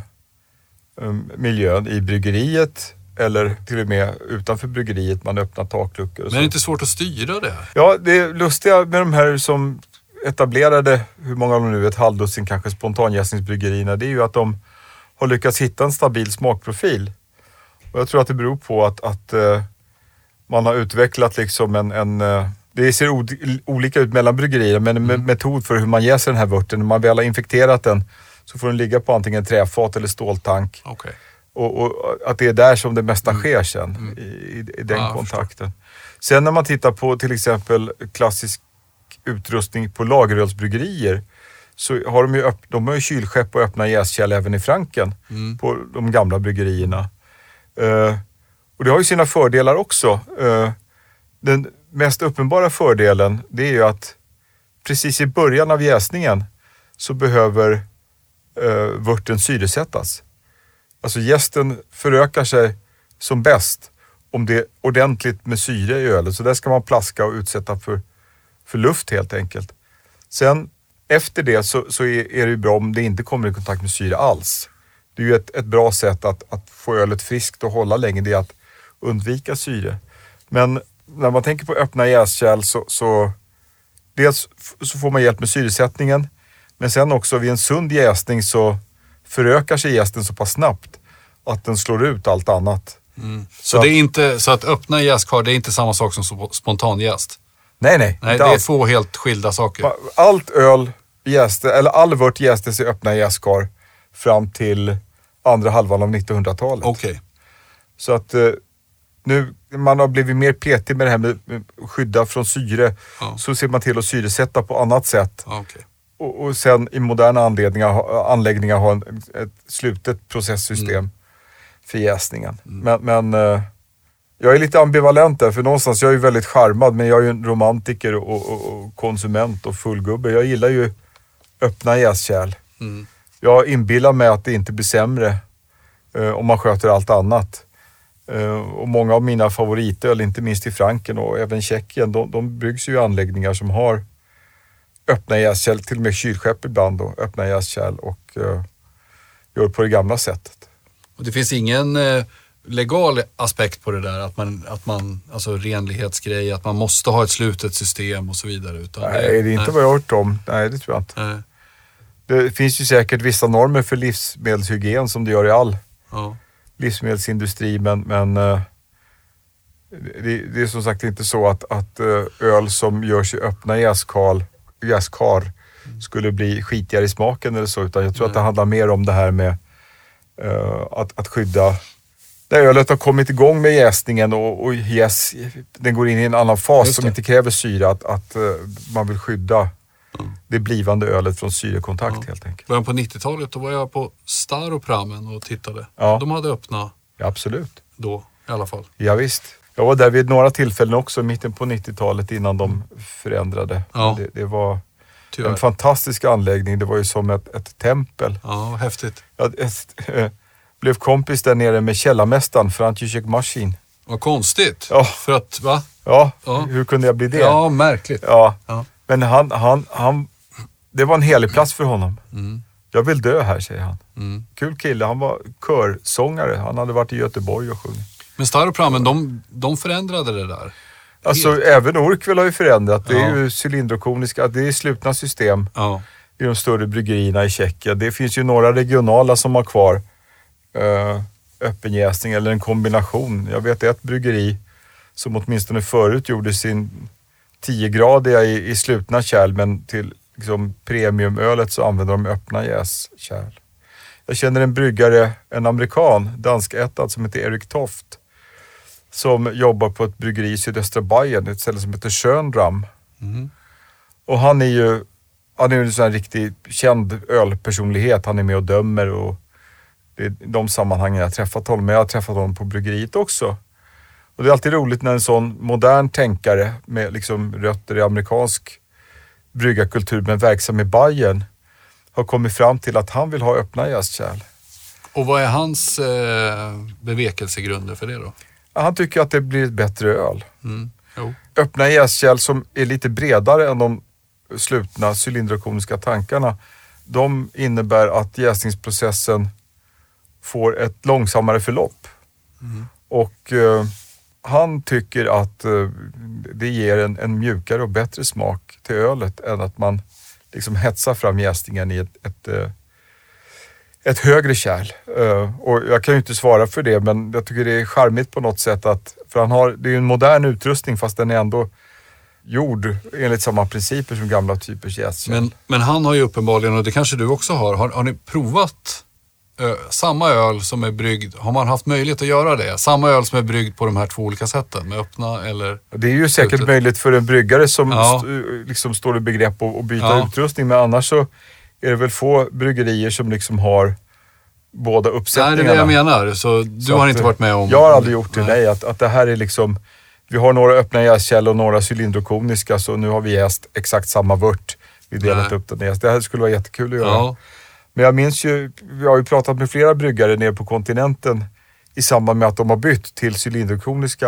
um, miljön i bryggeriet. Eller till och med utanför bryggeriet. Man öppnar takluckor och Men är det inte svårt att styra det? Ja, det lustiga med de här som etablerade, hur många av dem nu, ett halvdussin kanske spontanjäsningsbryggerierna, det är ju att de har lyckats hitta en stabil smakprofil. Och jag tror att det beror på att, att uh, man har utvecklat liksom en, en uh, det ser o- olika ut mellan bryggerier, men en mm. metod för hur man jäser den här vörten. När man väl har infekterat den så får den ligga på antingen träfat eller ståltank. Okay. Och, och att det är där som det mesta mm. sker sen, mm. i, i den ja, kontakten. Sen när man tittar på till exempel klassisk utrustning på lagerölsbryggerier, så har de ju, öpp- de har ju kylskepp och öppna jäskärl även i Franken mm. på de gamla bryggerierna. Uh, och det har ju sina fördelar också. Uh, den mest uppenbara fördelen, det är ju att precis i början av jäsningen så behöver uh, vörten syresättas. Alltså jästen förökar sig som bäst om det är ordentligt med syre i ölet. Så där ska man plaska och utsätta för, för luft helt enkelt. Sen efter det så, så är, är det ju bra om det inte kommer i kontakt med syre alls. Det är ju ett, ett bra sätt att, att få ölet friskt och hålla länge, det är att undvika syre. Men när man tänker på öppna jäskärl så, så dels så får man hjälp med syresättningen, men sen också vid en sund jäsning så förökar sig jästen så pass snabbt att den slår ut allt annat. Mm. Så, så, det är inte, så att öppna jäskar, det är inte samma sak som spontanjäst? Nej, nej. Nej, det är två helt skilda saker. Allt öl jäste, eller all vört jästes i öppna jäskar fram till andra halvan av nittonhundratalet. Okej. Okay. Så att eh, nu, man har blivit mer petig med det här med att skydda från syre. Ja. Så ser man till att syresätta på annat sätt. Okay. Och, och sen i moderna anläggningar, anläggningar ha en, ett slutet processsystem mm. för jäsningen. Mm. Men, men eh, jag är lite ambivalent där, för någonstans, jag är ju väldigt charmad, men jag är ju en romantiker och, och, och konsument och fullgubbe. Jag gillar ju öppna jäskärl. Mm. Jag inbillar mig att det inte blir sämre eh, om man sköter allt annat. Eh, och många av mina favoritöl, inte minst i Franken och även Tjeckien, de, de byggs ju i anläggningar som har öppna jäskärl, till och med kylskepp ibland då, öppna jäskärl och eh, gör på det gamla sättet. Och det finns ingen eh, legal aspekt på det där, att man, att man, alltså renlighetsgrej, att man måste ha ett slutet system och så vidare. Utan nej, det är inte nej. vad jag har hört om. Nej, det tror jag inte. Nej. Det finns ju säkert vissa normer för livsmedelshygien som det gör i all ja. livsmedelsindustri, men, men uh, det, det är som sagt inte så att, att uh, öl som görs i öppna jäskar, jäskar mm. skulle bli skitigare i smaken eller så, utan jag tror Nej. att det handlar mer om det här med uh, att, att skydda. När ölet har kommit igång med jäsningen och, och jäs, den går in i en annan fas som inte kräver syra, att, att uh, man vill skydda Mm. det blivande ölet från syrekontakt ja. helt enkelt. Början på nittiotalet, då var jag på Staropramen och tittade. Ja. De hade öppna. Ja, absolut. Då, i alla fall. Ja, visst. Jag var där vid några tillfällen också, mitten på nittiotalet, innan de förändrade. Ja. Det, det var Tyvärr. en fantastisk anläggning. Det var ju som ett, ett tempel. Ja, häftigt. Jag ett, äh, blev kompis där nere med källarmästaren, František Mašín. Vad konstigt. Ja. För att, va? Ja, ja, hur kunde jag bli det? Ja, märkligt. Ja. ja. Men han, han, han, det var en helig plats för honom. Mm. Jag vill dö här, säger han. Mm. Kul kille, han var körsångare. Han hade varit i Göteborg och sjungit. Men Staropramen, de, de förändrade det där? Alltså helt. Även Orkvel har ju förändrat. Det är ja. ju cylindrokoniska, det är slutna system ja. i de större bryggerierna i Tjeckien. Det finns ju några regionala som har kvar uh, öppenjäsning eller en kombination. Jag vet ett bryggeri som åtminstone förut gjorde sin tio-gradiga i, i slutna kärl, men till liksom, premiumölet så använder de öppna jäskärl. Jag känner en bryggare, en amerikan, danskättad, som heter Erik Toft, som jobbar på ett bryggeri i sydöstra Bayern, ett ställe som heter Schönram. Mm. Och han är ju han är ju en sån här riktigt känd ölpersonlighet. Han är med och dömer, och det är de sammanhangen jag har träffat honom. Men jag har träffat honom på bryggeriet också. Och det är alltid roligt när en sån modern tänkare med liksom rötter i amerikansk bryggarkultur men verksam i Bayern har kommit fram till att han vill ha öppna jäskärl. Och vad är hans eh, bevekelsegrunder för det då? Han tycker att det blir ett bättre öl. Mm. Jo. Öppna jäskärl som är lite bredare än de slutna cylindrokoniska tankarna, de innebär att jäsningsprocessen får ett långsammare förlopp. Mm. Och eh, han tycker att eh, det ger en, en mjukare och bättre smak till ölet än att man liksom hetsar fram jäsningen i ett, ett, ett, ett högre kärl. Uh, och jag kan ju inte svara för det, men jag tycker det är charmigt på något sätt att, för han har, det är ju en modern utrustning fast den är ändå gjord enligt samma principer som gamla typers jäskärl. Men, men han har ju uppenbarligen, och det kanske du också har, har, har ni provat ö, samma öl som är bryggd, har man haft möjlighet att göra det? Samma öl som är bryggd på de här två olika sätten, med öppna eller... Det är ju säkert slutet. Möjligt för en bryggare som ja. st- liksom står i begrepp att byta ja. utrustning, men annars så är det väl få bryggerier som liksom har båda uppsättningarna. Nej, det är det jag menar. Så du så har att, inte varit med om... Jag har aldrig gjort det, nej. nej att, att det här är liksom... Vi har några öppna jäskärl och några cylindrokoniska, så nu har vi jäst exakt samma vört. Vi delat nej. upp den jäst. Det här skulle vara jättekul att göra. Ja. Men jag minns ju, vi har ju pratat med flera bryggare nere på kontinenten i samband med att de har bytt till cylindrokoniska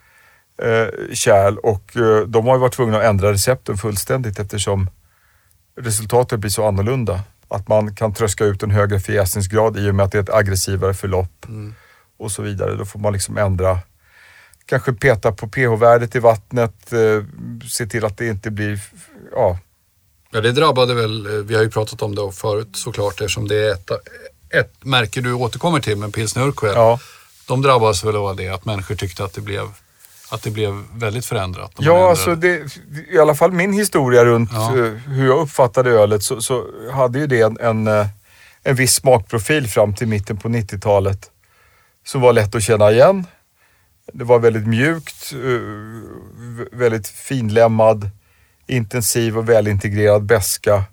eh, kärl, och eh, de har ju varit tvungna att ändra recepten fullständigt eftersom resultatet blir så annorlunda. Att man kan tröska ut en högre förjäsningsgrad i och med att det är ett aggressivare förlopp mm. och så vidare. Då får man liksom ändra, kanske peta på pH-värdet i vattnet, eh, se till att det inte blir, ja. Ja, det drabbade väl, vi har ju pratat om det förut såklart, eftersom det är ett, ett märke du återkommer till med Pilsner Urquell. Ja. De drabbades väl av det, att människor tyckte att det blev, att det blev väldigt förändrat. Ja, alltså det, i alla fall min historia runt ja. hur jag uppfattade ölet, så, så hade ju det en, en, en viss smakprofil fram till mitten på nittiotalet som var lätt att känna igen. Det var väldigt mjukt, väldigt finlämmad, intensiv och välintegrerad beska.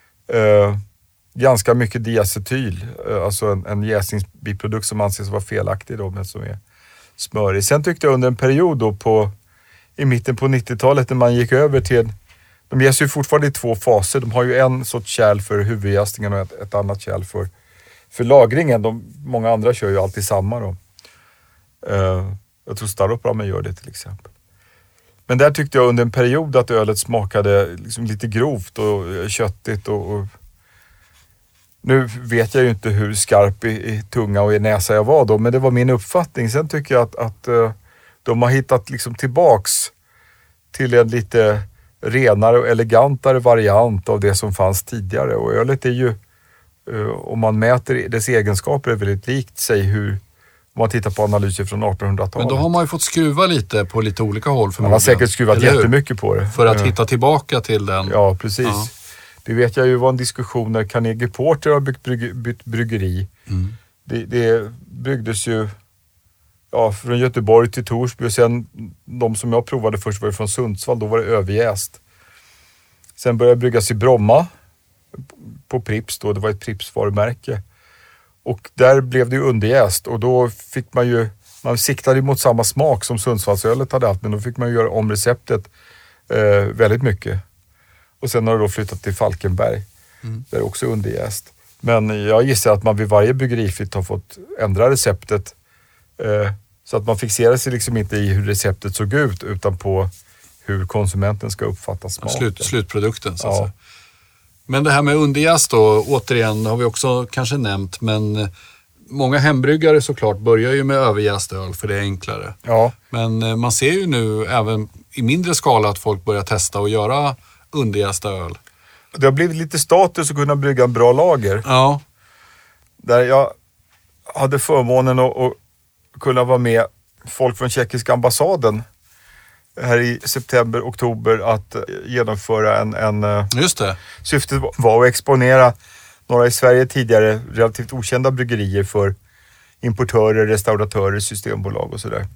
Eh, ganska mycket diacetyl, eh, alltså en, en jäsningsbiprodukt som anses vara felaktig då, men som är smörig. Sen tyckte jag under en period då på, i mitten på nittiotalet, när man gick över till, de jäser ju fortfarande i två faser. De har ju en sorts kärl för huvudjäsningen och ett, ett annat kärl för, för lagringen. De, många andra kör ju alltid samma då. Eh, jag tror Staropramen gör det till exempel. Men där tyckte jag under en period att ölet smakade liksom lite grovt och köttigt. Och, och nu vet jag ju inte hur skarp i, i tunga och i näsa jag var då, men det var min uppfattning. Sen tycker jag att, att uh, de har hittat liksom tillbaks till en lite renare och elegantare variant av det som fanns tidigare. Och ölet är ju, uh, om man mäter dess egenskaper, är väldigt likt sig hur... Om man tittar på analyser från artonhundratalet. Men då har man ju fått skruva lite på lite olika håll förmodligen. Man har säkert skruvat jättemycket på det. För att hitta tillbaka till den. Ja, precis. Ja. Det vet jag ju var en diskussion när Carnegie Porter har byggt brygg, bytt bryggeri. Mm. Det, det byggdes ju ja, från Göteborg till Torsby, och sen de som jag provade först var från Sundsvall, då var det överjäst. Sen började bryggas i Bromma på Pripps då, det var ett Pripps-varumärke. Och där blev det ju underjäst, och då fick man ju, man siktade mot samma smak som Sundsvallsölet hade haft, men då fick man ju göra om receptet eh, väldigt mycket. Och sen har det då flyttat till Falkenberg, mm. där det också är underjäst. Men jag gissar att man vid varje bryggeriflytt har fått ändra receptet eh, så att man fixerar sig liksom inte i hur receptet såg ut, utan på hur konsumenten ska uppfatta smaken. Slut, slutprodukten så att ja. säga. Men det här med underjäst då, återigen har vi också kanske nämnt, men många hembryggare såklart börjar ju med överjäst öl för det är enklare. Ja. Men man ser ju nu även i mindre skala att folk börjar testa och göra underjästa öl. Det har blivit lite status att kunna brygga en bra lager. Ja. Där jag hade förmånen att, att kunna vara med folk från tjeckiska ambassaden här i september, oktober att genomföra en... en Just det. Syftet var att exponera några i Sverige tidigare relativt okända bryggerier för importörer, restauratörer, systembolag och sådär.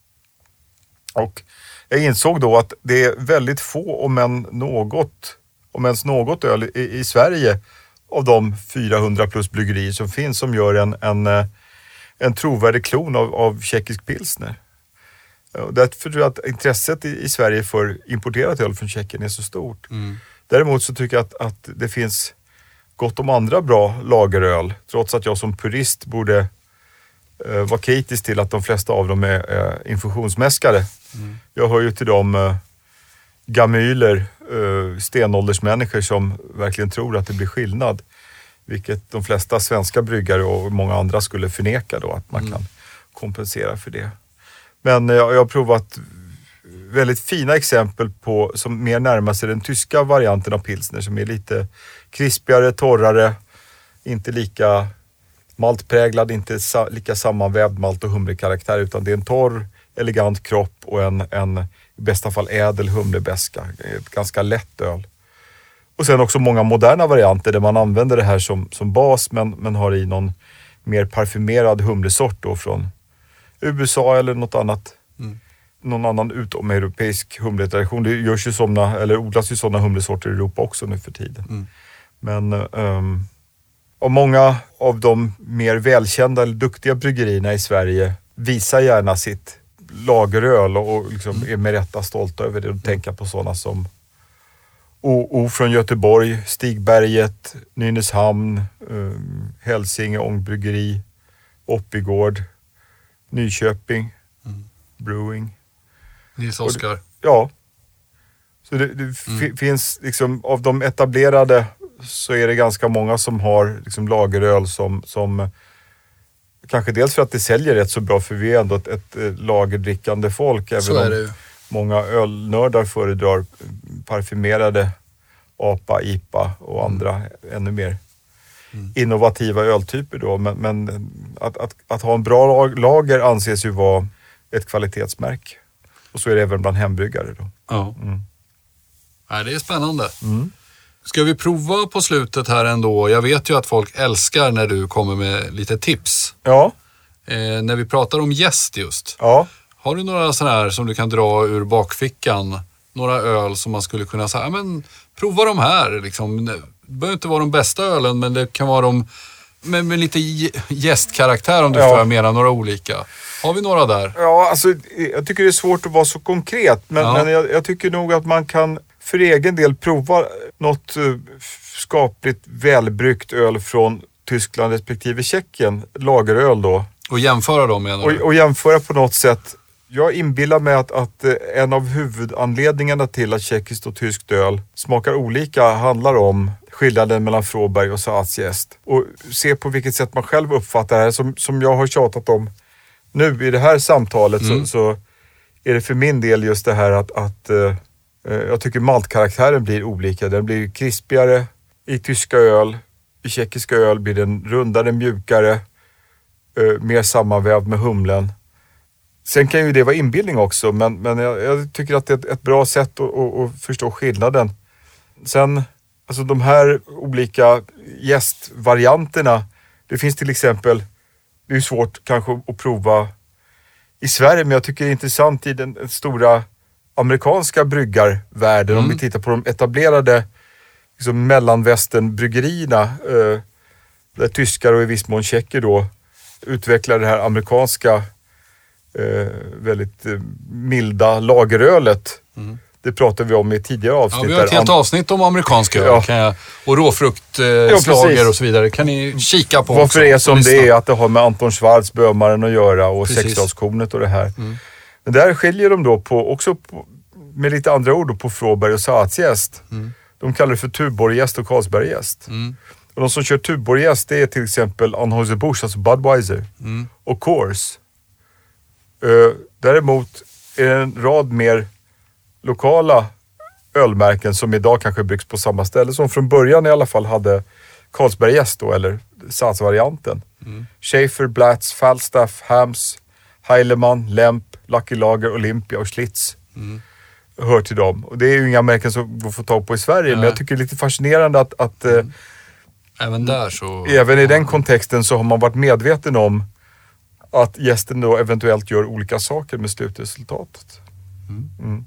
Och jag insåg då att det är väldigt få, om än något, om ens något öl i, i Sverige av de fyrahundra plus bryggerier som finns som gör en, en, en trovärdig klon av, av tjeckisk pilsner. Och därför tror jag att intresset i, i Sverige för importerat öl från Tjeckien är så stort. Mm. Däremot så tycker jag att, att det finns gott om andra bra lageröl. Trots att jag som purist borde eh, vara kritisk till att de flesta av dem är eh, infusionsmäskade. Mm. Jag hör ju till de eh, gamyler, eh, stenåldersmänniskor som verkligen tror att det blir skillnad. Vilket de flesta svenska bryggare och många andra skulle förneka då, att man mm. kan kompensera för det. Men jag, jag har provat väldigt fina exempel på som mer närmar sig den tyska varianten av pilsner, som är lite krispigare, torrare, inte lika maltpräglad, inte sa, lika sammanvävd malt- och humlekaraktär, utan det är en torr, elegant kropp och en, en i bästa fall ädel humlebeska. Ett ganska lätt öl. Och sen också många moderna varianter där man använder det här som, som bas, men, men har i någon mer parfymerad humlesort då från U S A eller något annat. Mm. Någon annan utomeuropeisk humletradition. Det görs ju såna, eller odlas ju sådana humlesorter i Europa också nu för tiden. Mm. Men um, och många av de mer välkända eller duktiga bryggerierna i Sverige visar gärna sitt lageröl och liksom mm. är med rätta stolta över det. Och tänka på sådana som O, o från Göteborg, Stigberget, Nynäshamn, um, Hälsinge ångbryggeri, Oppigård, Nyköping, mm. Brewing. Nils Oskar. Det, ja. Så det, det mm. f- finns liksom, av de etablerade så är det ganska många som har liksom lageröl som, som kanske dels för att det säljer rätt så bra, för vi är ändå ett, ett, ett lagerdrickande folk. Även så är det ju. Många ölnördar föredrar parfymerade A P A, I P A och andra mm. ännu mer mm. innovativa öltyper då. Men, men att, att, att ha en bra lager anses ju vara ett kvalitetsmärke. Och så är det även bland hembryggare då. Ja. Mm. Nej, det är spännande. Mm. Ska vi prova på slutet här ändå? Jag vet ju att folk älskar när du kommer med lite tips. Ja. Eh, när vi pratar om jäst just. Ja. Har du några sådana här som du kan dra ur bakfickan? Några öl som man skulle kunna säga, men prova de här liksom. Det behöver inte vara de bästa ölen, men det kan vara de med, med lite jästkaraktär, om du ja. får mena några olika. Har vi några där? Ja, alltså jag tycker det är svårt att vara så konkret, men, ja. men jag, jag tycker nog att man kan för egen del prova något uh, skapligt välbryggt öl från Tyskland respektive Tjeckien, lageröl då. Och jämföra dem menar och, du? och jämföra på något sätt. Jag inbillar mig att, att en av huvudanledningarna till att tjeckiskt och tyskt öl smakar olika handlar om skillnaden mellan Fröberg och Saaz-jäst. Och se på vilket sätt man själv uppfattar det här, som, som jag har tjatat om nu i det här samtalet, mm. så, så är det för min del just det här att, att uh, jag tycker maltkaraktären blir olika. Den blir krispigare i tyska öl, i tjeckiska öl blir den rundare, mjukare, uh, mer sammanvävd med humlen. Sen kan ju det vara inbildning också, men, men jag, jag tycker att det är ett, ett bra sätt att, att, att förstå skillnaden. Sen, alltså de här olika jästvarianterna, det finns till exempel, det är svårt kanske att prova i Sverige, men jag tycker det är intressant i den, den stora amerikanska bryggarvärlden, mm. om vi tittar på de etablerade liksom, mellanvästernbryggerierna, eh, där tyskar och i viss mån tjecker då utvecklar det här amerikanska Eh, väldigt eh, milda lagerölet. Mm. Det pratade vi om i tidigare avsnitt. Ja, vi har ett helt avsnitt om amerikanska öl ja. kan jag, och råfruktslager eh, ja, och så vidare. Kan ni kika på. Varför också, det är som det är, att det har med Anton Schwarz, Bömaren att göra och sexgradskornet och det här. Mm. Men där skiljer de då på, också på, med lite andra ord då, på Fröberg och Saaz-jäst. Mm. De kallar det för Tuborg-jäst och Carlsberg-jäst. Mm. Och de som kör Tuborg-jäst, det är till exempel Anheuser-Busch, alltså Budweiser mm. och Coors. Uh, däremot är det en rad mer lokala ölmärken som idag kanske bryggs på samma ställe, som från början i alla fall hade Carlsberg-jäst då, eller Saaz-varianten. Mm. Schaefer, Blatz, Falstaff, Hams, Heilemann, Lemp, Lucky Lager, Olympia och Schlitz mm. hör till dem. Och det är ju inga märken som går att få tag på i Sverige, Nej. men jag tycker det är lite fascinerande att, att mm. även där så... Även i den kontexten så har man varit medveten om att gästen då eventuellt gör olika saker med slutresultatet. Mm. Mm.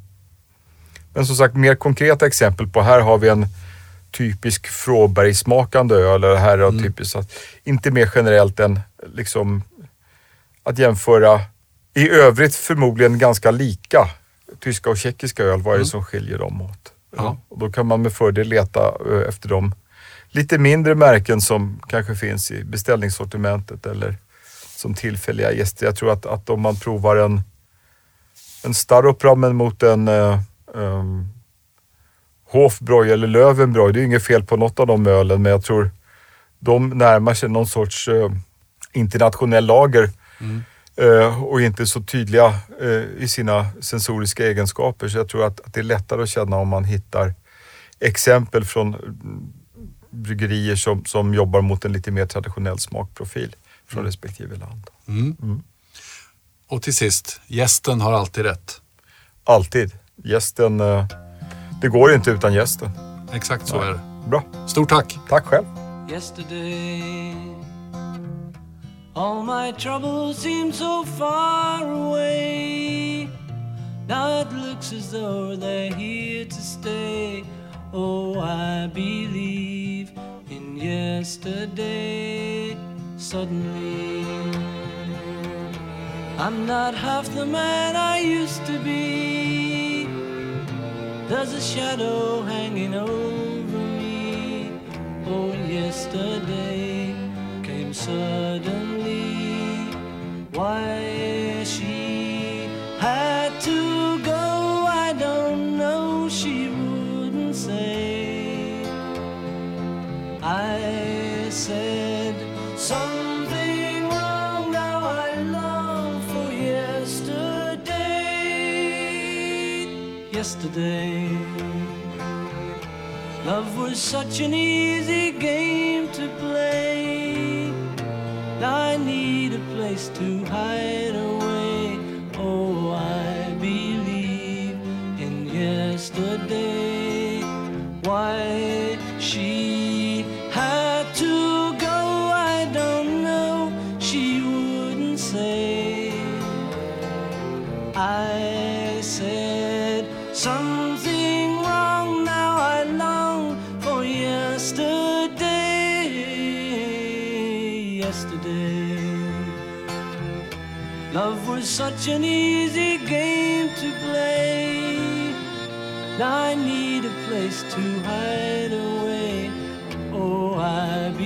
Men som sagt, mer konkreta exempel på, här har vi en typisk Fröberg-smakande öl, eller här är mm. typiskt att, inte mer generellt än liksom att jämföra i övrigt förmodligen ganska lika tyska och tjeckiska öl. Vad är det mm. som skiljer dem åt? Ja. Och då kan man med fördel leta efter de lite mindre märken som kanske finns i beställningssortimentet eller som tillfälliga gäster. Jag tror att, att om man provar en, en Staropramen mot en uh, um, Hofbräu eller Löwenbräu, det är inget fel på något av de ölen, men jag tror de närmar sig någon sorts uh, internationell lager mm. uh, och inte så tydliga uh, i sina sensoriska egenskaper. Så jag tror att, att det är lättare att känna om man hittar exempel från bryggerier som, som jobbar mot en lite mer traditionell smakprofil från mm. respektive land. Mm. Mm. Och till sist, gästen har alltid rätt. Alltid. Gästen, uh, det går inte utan gästen. Exakt så Nej. är det. Bra. Stort tack. Tack själv. Yesterday, all my troubles seem so far away. Now it looks as though they're here to stay. Oh, I believe in yesterday. Suddenly, I'm not half the man I used to be. There's a shadow hanging over me. Oh, yesterday came suddenly. Why she had to go, I don't know, she wouldn't say. I said something wrong, now I long for yesterday. Yesterday, love was such an easy game to play. Now I need a place to hide away. Oh, I believe in yesterday. Why she had to go, I don't know, she wouldn't say. I said something wrong, now I long for yesterday. Yesterday, love was such an easy game to play. Now I need a place to hide away. Oh, I